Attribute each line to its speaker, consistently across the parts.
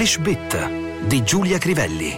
Speaker 1: English Bit di Giulia Crivelli.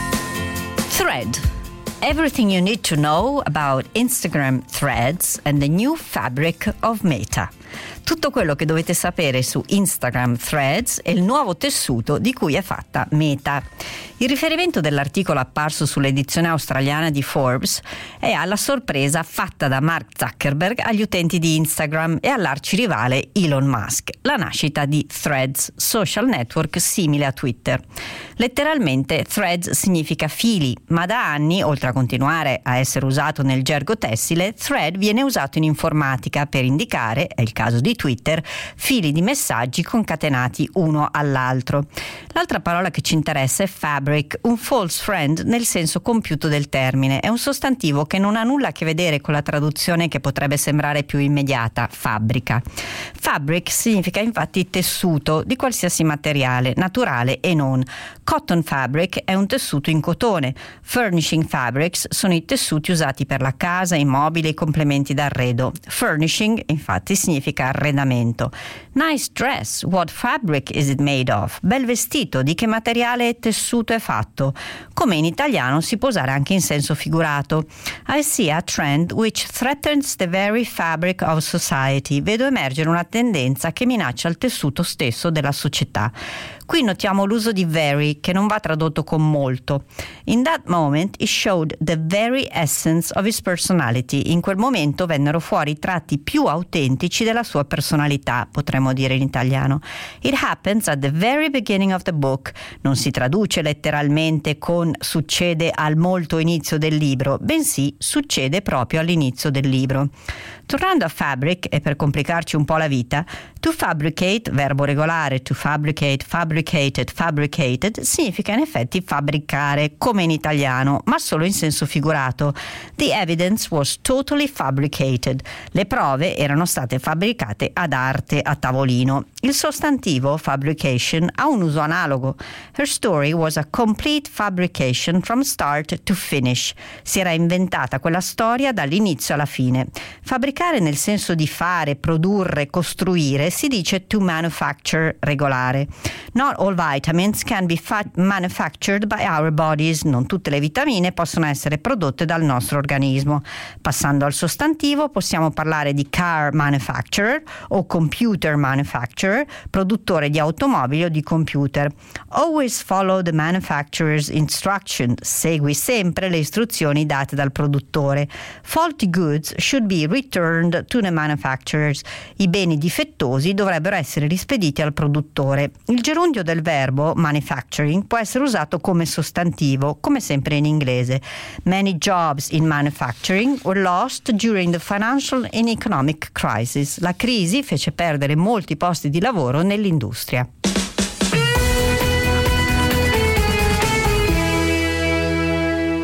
Speaker 2: Thread. Everything you need to know about Instagram Threads and the new fabric of Meta. Tutto quello che dovete sapere su Instagram Threads e il nuovo tessuto di cui è fatta Meta. Il riferimento dell'articolo apparso sull'edizione australiana di Forbes è alla sorpresa fatta da Mark Zuckerberg agli utenti di Instagram e all'arcirivale Elon Musk, la nascita di Threads, social network simile a Twitter. Letteralmente Threads significa fili, ma da anni, oltre a continuare a essere usato nel gergo tessile, Thread viene usato in informatica per indicare, è il caso di Twitter, fili di messaggi concatenati uno all'altro. L'altra parola che ci interessa è fabric, un false friend nel senso compiuto del termine. È un sostantivo che non ha nulla a che vedere con la traduzione che potrebbe sembrare più immediata, fabbrica. Fabric significa infatti tessuto di qualsiasi materiale, naturale e non. Cotton fabric è un tessuto in cotone. Furnishing fabrics sono i tessuti usati per la casa, i mobili e i complementi d'arredo. Furnishing infatti significa arredamento. Nice dress, what fabric is it made of? Bel vestito, di che materiale e tessuto è fatto? Come in italiano si può usare anche in senso figurato. I see a trend which threatens the very fabric of society. Vedo emergere una tendenza che minaccia il tessuto stesso della società. Qui notiamo l'uso di very, che non va tradotto con molto. In that moment he showed the very essence of his personality. In quel momento vennero fuori i tratti più autentici della sua personalità, potremmo dire in italiano. It happens at the very beginning of the book. Non si traduce letteralmente con succede al molto inizio del libro, bensì succede proprio all'inizio del libro. Tornando a fabric, e per complicarci un po' la vita, to fabricate, verbo regolare, to fabricate, fabricated, fabricated, significa in effetti fabbricare, come in italiano, ma solo in senso figurato. The evidence was totally fabricated. Le prove erano state fabbricate ad arte, a tavolino. Il sostantivo fabrication ha un uso analogo. Her story was a complete fabrication from start to finish. Si era inventata quella storia dall'inizio alla fine. Fabbricare nel senso di fare, produrre, costruire si dice to manufacture, regolare. Not all vitamins can be manufactured by our bodies. Non tutte le vitamine possono essere prodotte dal nostro organismo. Passando al sostantivo possiamo parlare di car manufacturer o computer manufacturer, produttore di automobili o di computer. Always follow the manufacturer's instruction. Segui sempre le istruzioni date dal produttore. Faulty goods should be returned to the manufacturers. I beni difettosi dovrebbero essere rispediti al produttore. Il gerundio del verbo manufacturing può essere usato come sostantivo, come sempre in inglese. Many jobs in manufacturing were lost during the financial and economic crisis. La crisi fece perdere molti posti di lavoro nell'industria.